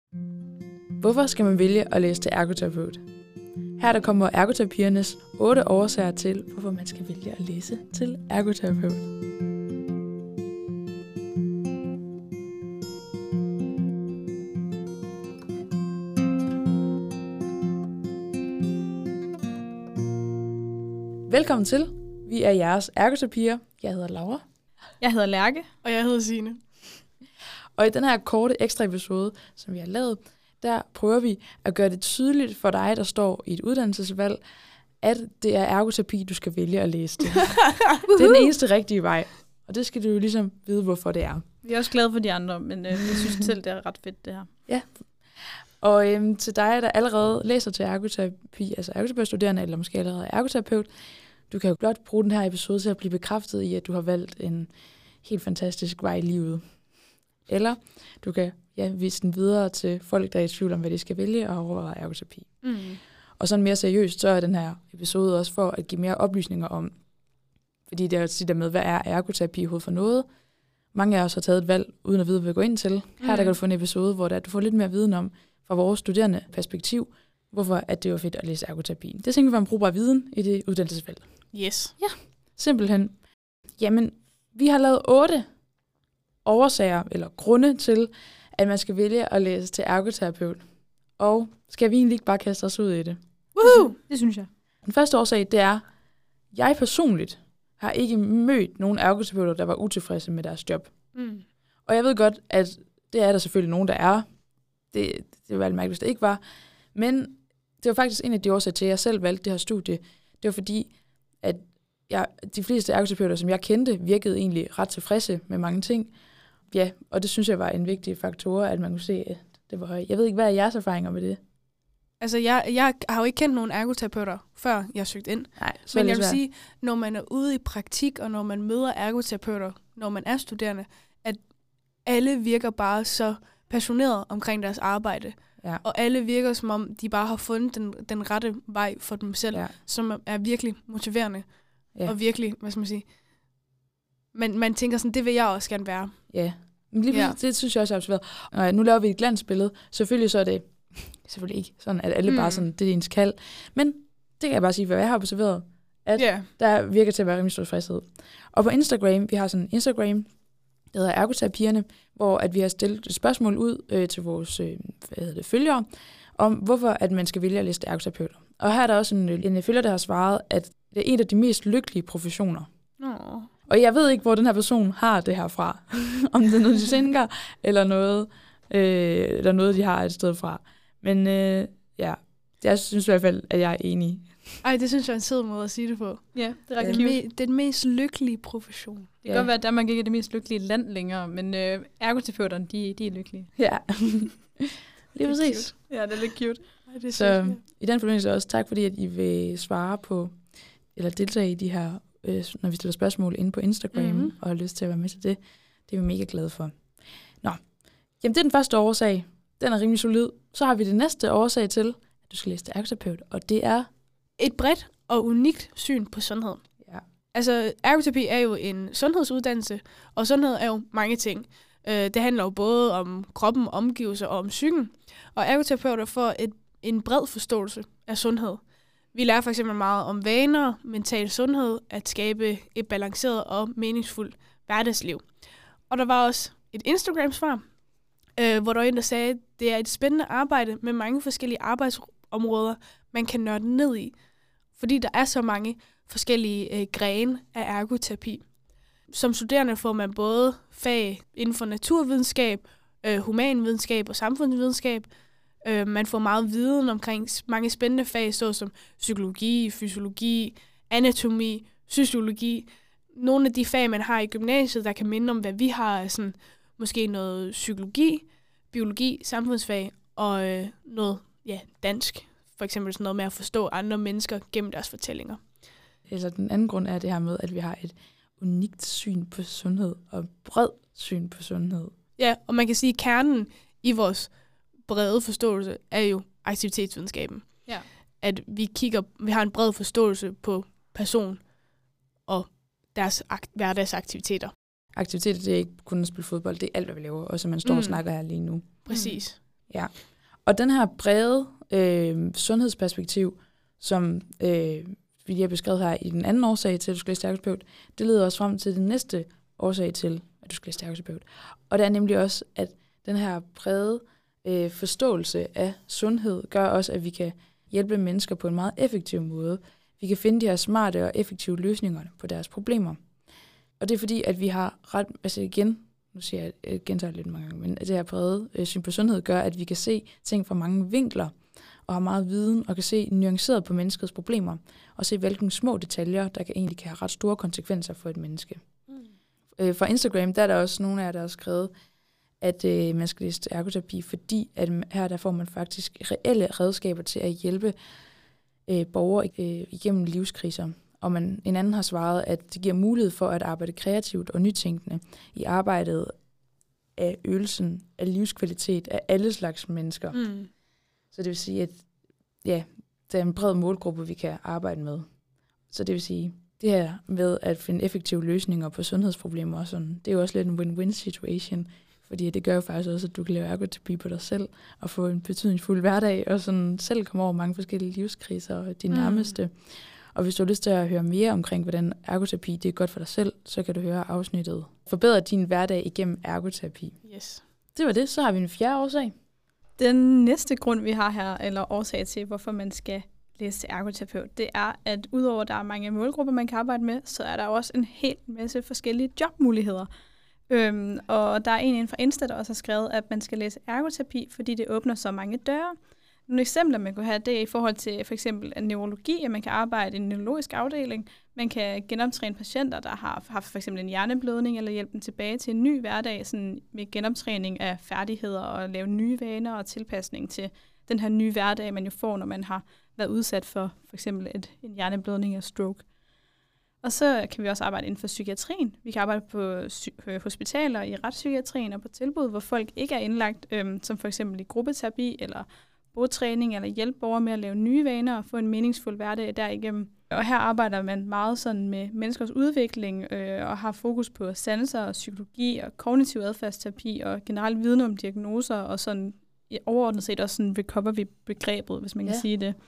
Hvorfor skal man vælge at læse til ergoterapeut? Her der kommer ergoterapiernes 8 årsager til, hvorfor man skal vælge at læse til ergoterapeut. Velkommen til. Vi er jeres ergoterapier. Jeg hedder Laura. Jeg hedder Lærke. Og jeg hedder Signe. Og i den her korte ekstra episode, som vi har lavet, der prøver vi at gøre det tydeligt for dig, der står i et uddannelsesvalg, at det er ergoterapi, du skal vælge at læse det. Det er den eneste rigtige vej. Og det skal du jo ligesom vide, hvorfor det er. Vi er også glade for de andre, men jeg synes selv, det er ret fedt, det her. Ja. Og til dig, der allerede læser til ergoterapi, altså ergoterapeutstuderende, eller måske allerede er ergoterapeut, du kan jo blot bruge den her episode til at blive bekræftet i, at du har valgt en helt fantastisk vej i livet. Eller du kan vise den videre til folk, der er i tvivl om, hvad de skal vælge, og overveje ergoterapi. Mm. Og sådan mere seriøst, så er den her episode også for at give mere oplysninger om, fordi det er jo det der med, hvad er ergoterapi i hovedet for noget. Mange af os har taget et valg, uden at vide, hvad vi går ind til. Her der kan du få en episode, hvor du får lidt mere viden om, fra vores studerende perspektiv, hvorfor at det var fedt at læse ergoterapi. Det tænker vi var en brugbar viden i det uddannelsesvalg. Yes. Ja, simpelthen. Jamen, vi har lavet 8 årsager eller grunde til, at man skal vælge at læse til ergoterapeut. Og skal vi egentlig ikke bare kaste os ud i det? Woohoo! Det synes jeg. Den første årsag, det er, jeg personligt har ikke mødt nogen ergoterapeuter, der var utilfredse med deres job. Mm. Og jeg ved godt, at det er der selvfølgelig nogen, der er. Det var alt mærkeligt, hvis det ikke var. Men det var faktisk en af de årsager til, at jeg selv valgte det her studie. Det var fordi, at de fleste ergoterapeuter, som jeg kendte, virkede egentlig ret tilfredse med mange ting. Ja, og det synes jeg var en vigtig faktor, at man kunne se, at det var højt. Jeg ved ikke, hvad er jeres erfaringer med det? Altså, jeg har jo ikke kendt nogen ergoterapeuter, før jeg søgte ind. Nej, men jeg vil sige, når man er ude i praktik, og når man møder ergoterapeuter, når man er studerende, at alle virker bare så passioneret omkring deres arbejde. Ja. Og alle virker, som om de bare har fundet den rette vej for dem selv, som er virkelig motiverende. Ja. Og virkelig, hvad skal man sige, man tænker sådan, det vil jeg også gerne være. Ja, men lige det synes jeg også er observeret. Og nu laver vi et glansbillede. Selvfølgelig så er det selvfølgelig ikke sådan, at alle bare sådan, det er ens kald. Men det kan jeg bare sige, hvad jeg har observeret, at der virker til at være rimelig stor tilfredshed. Og på Instagram, vi har sådan en Instagram, der hedder Ergoterapierne, hvor at vi har stillet et spørgsmål ud til vores følgere, om hvorfor at man skal vælge at læse ergoterapeuter. Og her er der også en følger, der har svaret, at det er en af de mest lykkelige professioner. Og jeg ved ikke, hvor den her person har det her fra. Om det er noget, de tænker, eller noget, de har et sted fra. Men jeg synes i hvert fald, at jeg er enig. Ej, det synes jeg er en sød måde at sige det på. Ja, det er ret cute. Det er den mest lykkelige profession. Det kan godt være, at Danmark ikke er det mest lykkelige land længere, men ergoterapeuterne, de er lykkelige. Ja, lige præcis. Ja, det er lidt cute. Ej, det så i den forbindelse også tak, fordi at I vil svare på, eller deltage i de her, når vi stiller spørgsmål inde på Instagram, og har lyst til at være med til det. Det er vi mega glade for. Nå, jamen det er den første årsag. Den er rimelig solid. Så har vi det næste årsag til, at du skal læse til ergoterapeut, og det er et bredt og unikt syn på sundhed. Ja. Altså, ergoterapi er jo en sundhedsuddannelse, og sundhed er jo mange ting. Det handler jo både om kroppen, omgivelser og om psyken. Og ergoterapeuter får en bred forståelse af sundhed. Vi lærer for eksempel meget om vaner, mental sundhed, at skabe et balanceret og meningsfuldt hverdagsliv. Og der var også et Instagram-svar, hvor der var en, der sagde, at det er et spændende arbejde med mange forskellige arbejdsområder, man kan nørde ned i. Fordi der er så mange forskellige grene af ergoterapi. Som studerende får man både fag inden for naturvidenskab, humanvidenskab og samfundsvidenskab. Man får meget viden omkring mange spændende fag, såsom psykologi, fysiologi, anatomi, fysiologi. Nogle af de fag, man har i gymnasiet, der kan minde om, hvad vi har, er sådan, måske noget psykologi, biologi, samfundsfag og noget dansk. For eksempel sådan noget med at forstå andre mennesker gennem deres fortællinger. Altså den anden grund er det her med, at vi har et unikt syn på sundhed og bred syn på sundhed. Ja, og man kan sige, at kernen i vores brede forståelse er jo aktivitetsvidenskaben. Ja. At vi har en bred forståelse på person og deres hverdagsaktiviteter. Aktiviteter, det er ikke kun at spille fodbold, det er alt, hvad vi laver, og som man står og snakker her lige nu. Præcis. Ja, og den her brede sundhedsperspektiv, som vi lige har beskrevet her i den anden årsag til, at du skal læse til ergoterapeut, det leder også frem til den næste årsag til, at du skal læse til ergoterapeut. Og det er nemlig også, at den her brede forståelse af sundhed gør også, at vi kan hjælpe mennesker på en meget effektiv måde. Vi kan finde de her smarte og effektive løsninger på deres problemer. Og det er fordi, at vi har ret, altså igen, nu siger jeg gentager lidt mange gange, men at det her brede syn på sundhed gør, at vi kan se ting fra mange vinkler, og har meget viden, og kan se nuanceret på menneskets problemer, og se hvilke små detaljer, der egentlig kan have ret store konsekvenser for et menneske. Fra Instagram, der er der også nogle af jer, der har skrevet, at man skal læse til ergoterapi, fordi at her der får man faktisk reelle redskaber til at hjælpe borgere igennem livskriser. Og en anden har svaret, at det giver mulighed for at arbejde kreativt og nytænkende i arbejdet af øvelsen af livskvalitet af alle slags mennesker. Så det vil sige, at ja, der er en bred målgruppe, vi kan arbejde med. Så det vil sige, det her med at finde effektive løsninger på sundhedsproblemer, og sådan, det er jo også lidt en win-win situation, fordi det gør jo faktisk også, at du kan lave ergoterapi på dig selv, og få en betydningsfuld hverdag, og sådan selv komme over mange forskellige livskriser og de nærmeste. Og hvis du har lyst til at høre mere omkring, hvordan ergoterapi det er godt for dig selv, så kan du høre afsnittet Forbedre din hverdag igennem ergoterapi. Yes. Det var det. Så har vi en fjerde årsag. Den næste grund, vi har her, eller årsag til, hvorfor man skal læse til ergoterapeut, det er, at udover at der er mange målgrupper, man kan arbejde med, så er der også en hel masse forskellige jobmuligheder. Og der er en inden for Insta, der også har skrevet, at man skal læse ergoterapi, fordi det åbner så mange døre. Nogle eksempler, man kunne have, det er i forhold til for eksempel neurologi, at man kan arbejde i en neurologisk afdeling. Man kan genoptræne patienter, der har haft for eksempel en hjerneblødning, eller hjælpe dem tilbage til en ny hverdag, sådan med genoptræning af færdigheder og lave nye vaner og tilpasning til den her nye hverdag, man jo får, når man har været udsat for eksempel en hjerneblødning og stroke. Og så kan vi også arbejde inden for psykiatrien. Vi kan arbejde på hospitaler i retspsykiatrien og på tilbud, hvor folk ikke er indlagt, som for eksempel i gruppeterapi eller botræning, eller hjælpe borgere med at lave nye vaner og få en meningsfuld hverdag derigennem. Og her arbejder man meget sådan med menneskers udvikling og har fokus på sanser og psykologi og kognitiv adfærdsterapi og generelt viden om diagnoser og sådan overordnet set også sådan recovery-begrebet, hvis man kan sige det.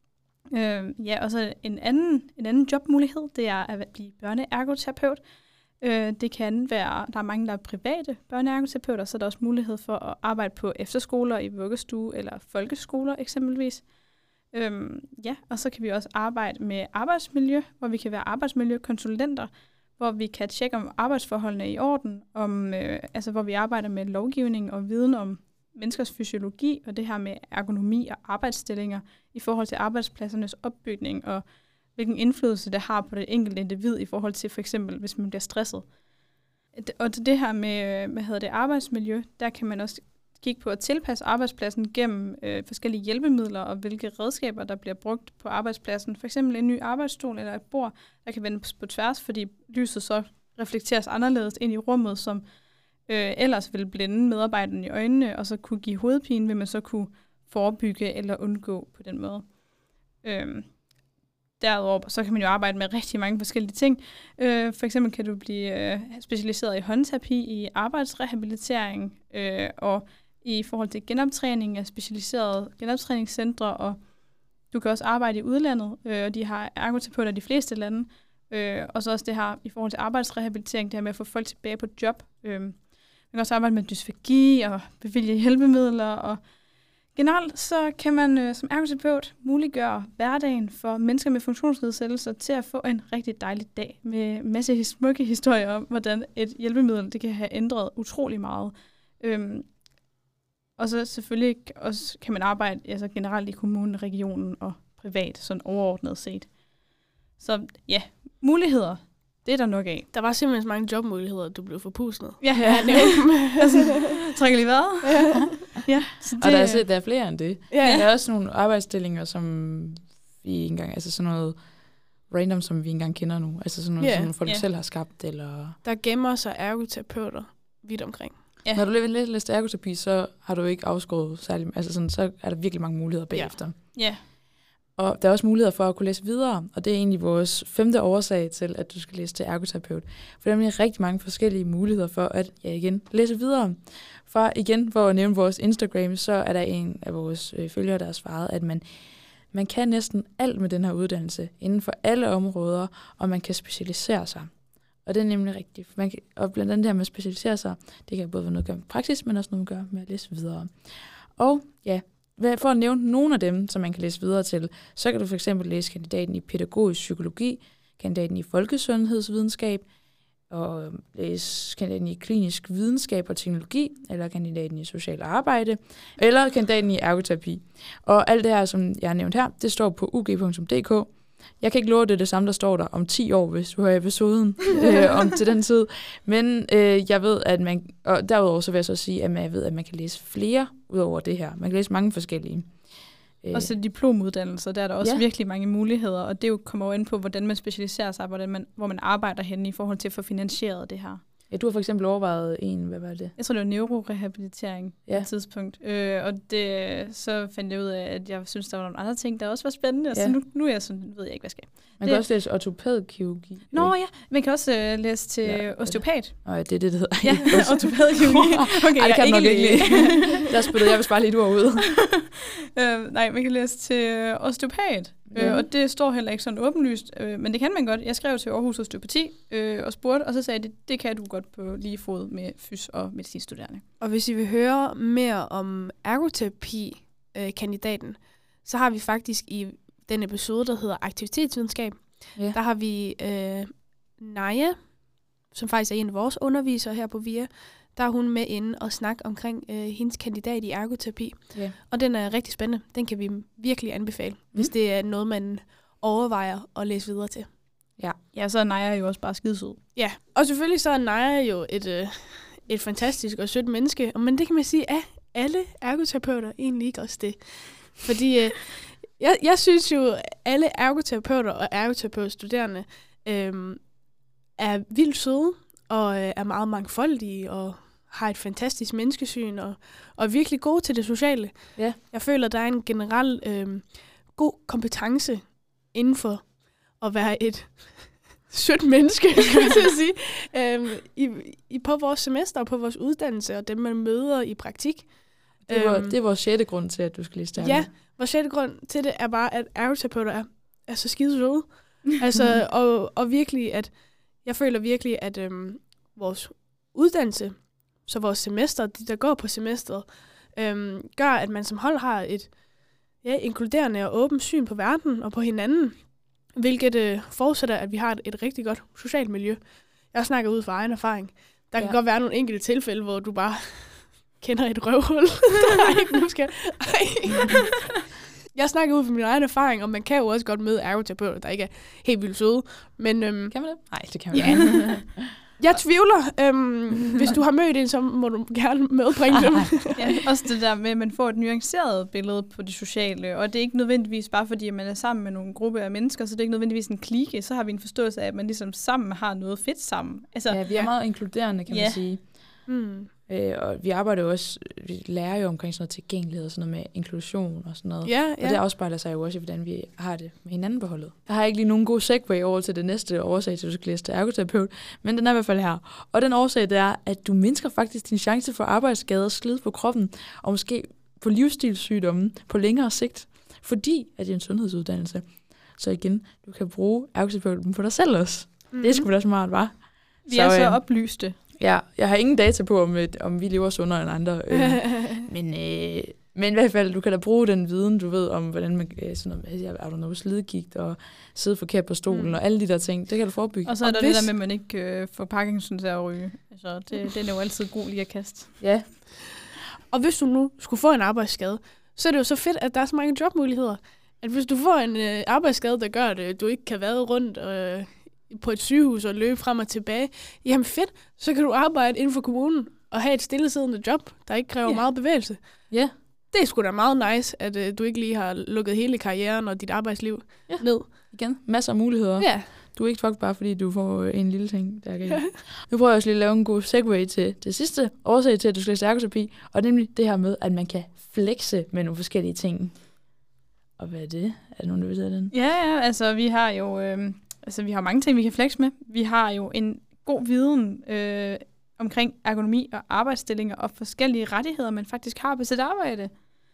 Og så en anden jobmulighed, det er at blive børneergoterapeut. Det kan være, der er mange, der er private børneergoterapeuter, så er der også mulighed for at arbejde på efterskoler i vuggestue eller folkeskoler eksempelvis. Og så kan vi også arbejde med arbejdsmiljø, hvor vi kan være arbejdsmiljøkonsulenter, hvor vi kan tjekke om arbejdsforholdene er i orden, hvor vi arbejder med lovgivning og viden om menneskers fysiologi og det her med ergonomi og arbejdsstillinger i forhold til arbejdspladsernes opbygning og hvilken indflydelse det har på det enkelte individ i forhold til for eksempel, hvis man bliver stresset. Og det her med arbejdsmiljø, der kan man også kigge på at tilpasse arbejdspladsen gennem forskellige hjælpemidler og hvilke redskaber, der bliver brugt på arbejdspladsen. For eksempel en ny arbejdsstol eller et bord, der kan vendes på tværs, fordi lyset så reflekteres anderledes ind i rummet, som ellers vil blinde medarbejderne i øjnene, og så kunne give hovedpine, vil man så kunne forebygge eller undgå på den måde. Derudover så kan man jo arbejde med rigtig mange forskellige ting. For eksempel kan du blive specialiseret i håndterapi, i arbejdsrehabilitering, og i forhold til genoptræning af specialiserede genoptræningscentre, og du kan også arbejde i udlandet, og de har ergoterapeuter i de fleste lande. Og så også det her i forhold til arbejdsrehabilitering, det her med at få folk tilbage på job. Man kan også arbejde med dysfagi og bevilge hjælpemidler, og generelt så kan man som ergoterapeut muliggøre hverdagen for mennesker med funktionsnedsættelser til at få en rigtig dejlig dag med en masse smukke historier om, hvordan et hjælpemiddel det kan have ændret utrolig meget. Og så selvfølgelig også kan man arbejde altså generelt i kommunen, regionen og privat, sådan overordnet set. Så ja, muligheder, det er der nok af. Der var simpelthen så mange jobmuligheder, at du blev forpustet. Ja. Trækker lige hvad? Ja. Så det, og der er flere end det. Ja. Der er også nogle arbejdsstillinger, som vi ikke engang, altså sådan noget random, som vi ikke engang kender nu. Altså sådan noget, som folk selv har skabt. Eller der gemmer sig ergoterapeuter vidt omkring. Ja. Når du lidt læst ergoterapi, så har du ikke afskåret særlig, altså sådan, så er der virkelig mange muligheder bagefter. Ja. Og der er også muligheder for at kunne læse videre, og det er egentlig vores 5. årsag til, at du skal læse til ergoterapeut. For der er rigtig mange forskellige muligheder for at, læse videre. For at nævne vores Instagram, så er der en af vores følgere, der har svaret, at man kan næsten alt med den her uddannelse, inden for alle områder, og man kan specialisere sig. Og det er nemlig rigtigt. Og blandt andet det her med at specialisere sig, det kan både være noget at gøre med praksis, men også noget at gøre med at læse videre. Og ja, for at nævne nogle af dem, som man kan læse videre til, så kan du for eksempel læse kandidaten i pædagogisk psykologi, kandidaten i folkesundhedsvidenskab, og læse kandidaten i klinisk videnskab og teknologi, eller kandidaten i social arbejde, eller kandidaten i ergoterapi. Og alt det her, som jeg har nævnt her, det står på ug.dk. Jeg kan ikke love, det er det samme, der står der om 10 år, hvis du har episoden om til den tid. Men jeg ved, at man, og derudover så vil jeg så sige, at jeg ved, at man kan læse flere ud over det her. Man kan læse mange forskellige. Og så diplomuddannelser, der er der også virkelig mange muligheder, og det jo kommer jo ind på, hvordan man specialiserer sig, hvor man arbejder henne i forhold til at få finansieret det her. Ja, du har for eksempel overvejet hvad var det? Jeg tror, det var neurorehabilitering på et tidspunkt. Og så fandt jeg ud af, at jeg synes, der var nogle andre ting, der også var spændende. Og så nu er jeg sådan, ved jeg ikke, hvad jeg skal. Man kan også læse ortopædkirurgi. Nå ja, man kan også læse til osteopat. Nej, det er det hedder. Ja, ortopædkirurgi. Okay, det kan jeg nok ikke lide. Der spyttede jeg vist bare lidt ud. Nej, man kan læse til osteopat. Og det står heller ikke sådan åbenlyst, men det kan man godt. Jeg skrev til Aarhus Osteopati og spurgte, og så sagde de, det kan du godt på lige fod med fys- og medicinstuderende. Og hvis I vil høre mere om ergoterapi-kandidaten, så har vi faktisk i den episode, der hedder aktivitetsvidenskab, der har vi Naja, som faktisk er en af vores undervisere her på VIA, der er hun med inde og snakke omkring hendes kandidat i ergoterapi. Yeah. Og den er rigtig spændende. Den kan vi virkelig anbefale, hvis det er noget, man overvejer at læse videre til. Ja, så er Naja jo også bare skidesød. Ja, og selvfølgelig så er Naja jo et fantastisk og sødt menneske, men det kan man sige, at alle ergoterapeuter egentlig ikke også det. Fordi jeg synes jo, at alle ergoterapeuter og ergoterapeutstuderende er vildt søde, og er meget mangfoldige, og har et fantastisk menneskesyn, og er virkelig gode til det sociale. Yeah. Jeg føler, der er en generel god kompetence inden for at være et sødt menneske, kan jeg sige, på vores semester og på vores uddannelse, og dem, man møder i praktik. Det er vores 6. grund til, at du skal læse det. Ja, vores 6. grund til det er bare, at ergoterapeuter er så skide søde. Altså, og virkelig, at jeg føler virkelig, at vores uddannelse, så vores semester, de der går på semesteret, gør, at man som hold har et inkluderende og åbent syn på verden og på hinanden, hvilket forudsætter, at vi har et rigtig godt socialt miljø. Jeg snakker ud fra egen erfaring. Der kan godt være nogle enkelte tilfælde, hvor du bare kender et røvhul. Jeg snakker ud fra min egen erfaring, og man kan jo også godt møde ergoterapeuter, der ikke er helt vildt søde. Men, kan man det? Nej, det kan man ikke. Jeg tvivler. Hvis du har mødt en, så må du gerne medbringe dem. Også det der med, at man får et nuanceret billede på det sociale, og det er ikke nødvendigvis bare fordi, at man er sammen med nogle gruppe af mennesker, så det er ikke nødvendigvis en klike, så har vi en forståelse af, at man ligesom sammen har noget fedt sammen. Altså, vi er meget inkluderende, kan man sige. Og vi arbejder jo også, vi lærer jo omkring sådan noget tilgængelighed og sådan noget med inklusion og sådan noget. Og det afspejler sig jo også i, hvordan vi har det med hinanden på holdet. Jeg har ikke lige nogen god segway over til det næste årsag til, at du skal læse til ergoterapeut, men den er i hvert fald her. Og den årsag, det er, at du mindsker faktisk din chance for arbejdsskader, slid på kroppen, og måske på livsstilssygdomme på længere sigt, fordi at det er en sundhedsuddannelse. Så igen, du kan bruge ergoterapeuten på dig selv også. Det er sgu da smart, hva'? Vi er så oplyste. Ja, jeg har ingen data på, om vi lever sundere end andre. Men i hvert fald, du kan da bruge den viden, du ved om, hvordan man sådan noget, slidgigt og sidde forkert på stolen og alle de der ting. Det kan du forebygge. Og så er der det der med, at man ikke får Parkinson til at ryge. Altså, det er jo altid god lige at kaste. Ja. Og hvis du nu skulle få en arbejdsskade, så er det jo så fedt, at der er så mange jobmuligheder. At hvis du får en arbejdsskade, der gør, at du ikke kan være rundt på et sygehus og løbe frem og tilbage, jamen fedt, så kan du arbejde inden for kommunen og have et stillesiddende job, der ikke kræver meget bevægelse. Ja. Det er sgu da meget nice, at du ikke lige har lukket hele karrieren og dit arbejdsliv ned. Igen, masser af muligheder. Ja. Du er ikke fucked bare, fordi du får en lille ting, der kan. Nu prøver jeg også lige at lave en god segway til det sidste årsag til, at du skal læse ergoterapi, og nemlig det her med, at man kan flexe med nogle forskellige ting. Og hvad er det? Er det nogen, der vil sige den? Ja, altså vi har jo vi har mange ting, vi kan flex med. Vi har jo en god viden omkring ergonomi og arbejdsstillinger og forskellige rettigheder, man faktisk har på sit arbejde.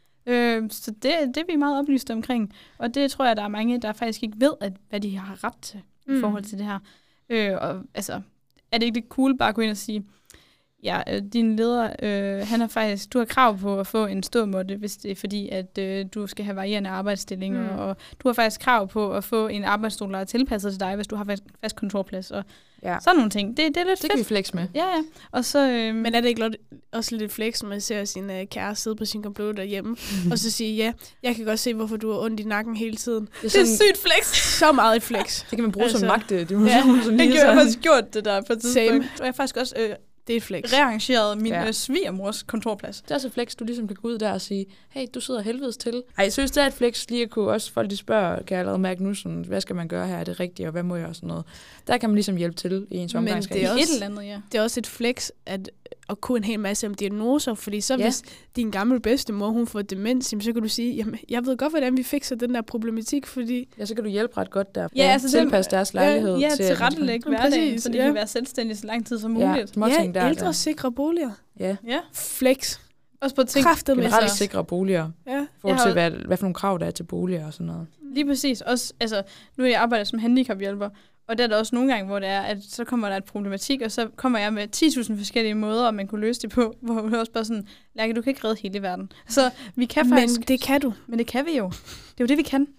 Så det er vi meget oplyste omkring. Og det tror jeg, der er mange, der faktisk ikke ved, hvad de har ret til i forhold til det her. Og altså, er det ikke lidt cool bare at gå ind og sige, ja, din leder, han har faktisk, du har krav på at få en ståmåtte, hvis det er fordi, at du skal have varierende arbejdsstillinger, og du har faktisk krav på at få en arbejdsstol, der er tilpasset til dig, hvis du har fast kontorplads, og sådan nogle ting. Det er lidt fedt. Det kan vi flex med. Ja. Og så, men er det ikke også lidt flex, når man ser sin kæreste sidde på sin computer derhjemme, og så sige, ja, jeg kan godt se, hvorfor du har ondt i nakken hele tiden. Det er sygt flex. Så meget et flex. Det kan man bruge som magt. Jeg har faktisk gjort det der på et tidspunkt. Og jeg har faktisk også det er et flex. Rearrangeret min svigermors kontorplads. Det er så flex, du ligesom kan gå ud der og sige, hey, du sidder helvedes til. Ej, jeg synes, det er et flex lige at kunne også, folk de spørger, kan jeg allerede mærke nu, sådan, hvad skal man gøre her, er det rigtigt, og hvad må jeg og sådan noget. Der kan man ligesom hjælpe til i ens omgangskreds. Men det er også, et eller andet, det er også et flex at kunne en hel masse om diagnoser, fordi så hvis din gamle bedstemor, hun får demens, så kan du sige, jamen, jeg ved godt, hvordan vi fikser den der problematik, fordi... Ja, så kan du hjælpe ret godt der. Ja, altså tilpasse deres lejlighed til rettelægge hverdagen, så de kan være selvstændige så lang tid som muligt. Ja, ældre sikre boliger. Ja. Flex. Også på ting. Generelt sikre boliger. Ja. Forhold til, hvad for nogle krav der er til boliger og sådan noget. Lige præcis. Også, altså, nu er jeg arbejder som handicaphjælper, og der er der også nogle gange, hvor det er, at så kommer der et problematik, og så kommer jeg med 10.000 forskellige måder, man kunne løse det på, hvor man også bare sådan, Lærke, du kan ikke redde hele verden. Så vi kan faktisk... Men det kan du. Men det kan vi jo. Det er jo det, vi kan.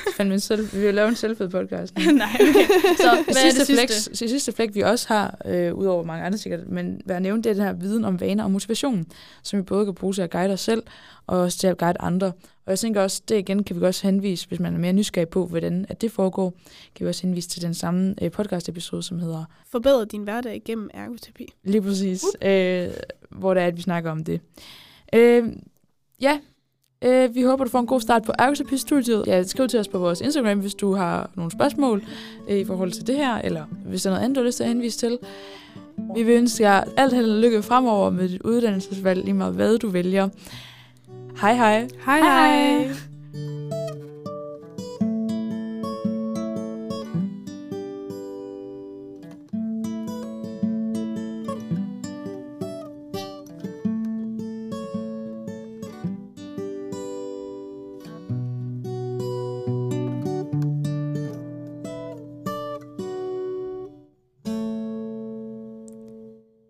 Vi vil lave en selvfed podcast. Nej, okay. Så hvad er det sidste flex, vi også har, udover mange andre sikkert, men hvad jeg nævnte, det er den her viden om vaner og motivation, som vi både kan bruge til at guide os selv, og også til at guide andre. Og jeg tænker også, det igen kan vi også henvise, hvis man er mere nysgerrig på, hvordan at det foregår, kan vi også henvise til den samme podcast-episode, som hedder Forbedre din hverdag gennem ergoterapi. Lige præcis, hvor det er, at vi snakker om det. Vi håber, du får en god start på ergoterapi-studiet. Ja, skriv til os på vores Instagram, hvis du har nogle spørgsmål i forhold til det her, eller hvis der er noget andet, du har lyst til at henvise til. Vi vil ønske jer alt held og lykke fremover med dit uddannelsesvalg, lige meget hvad du vælger. Hej hej. Hej hej.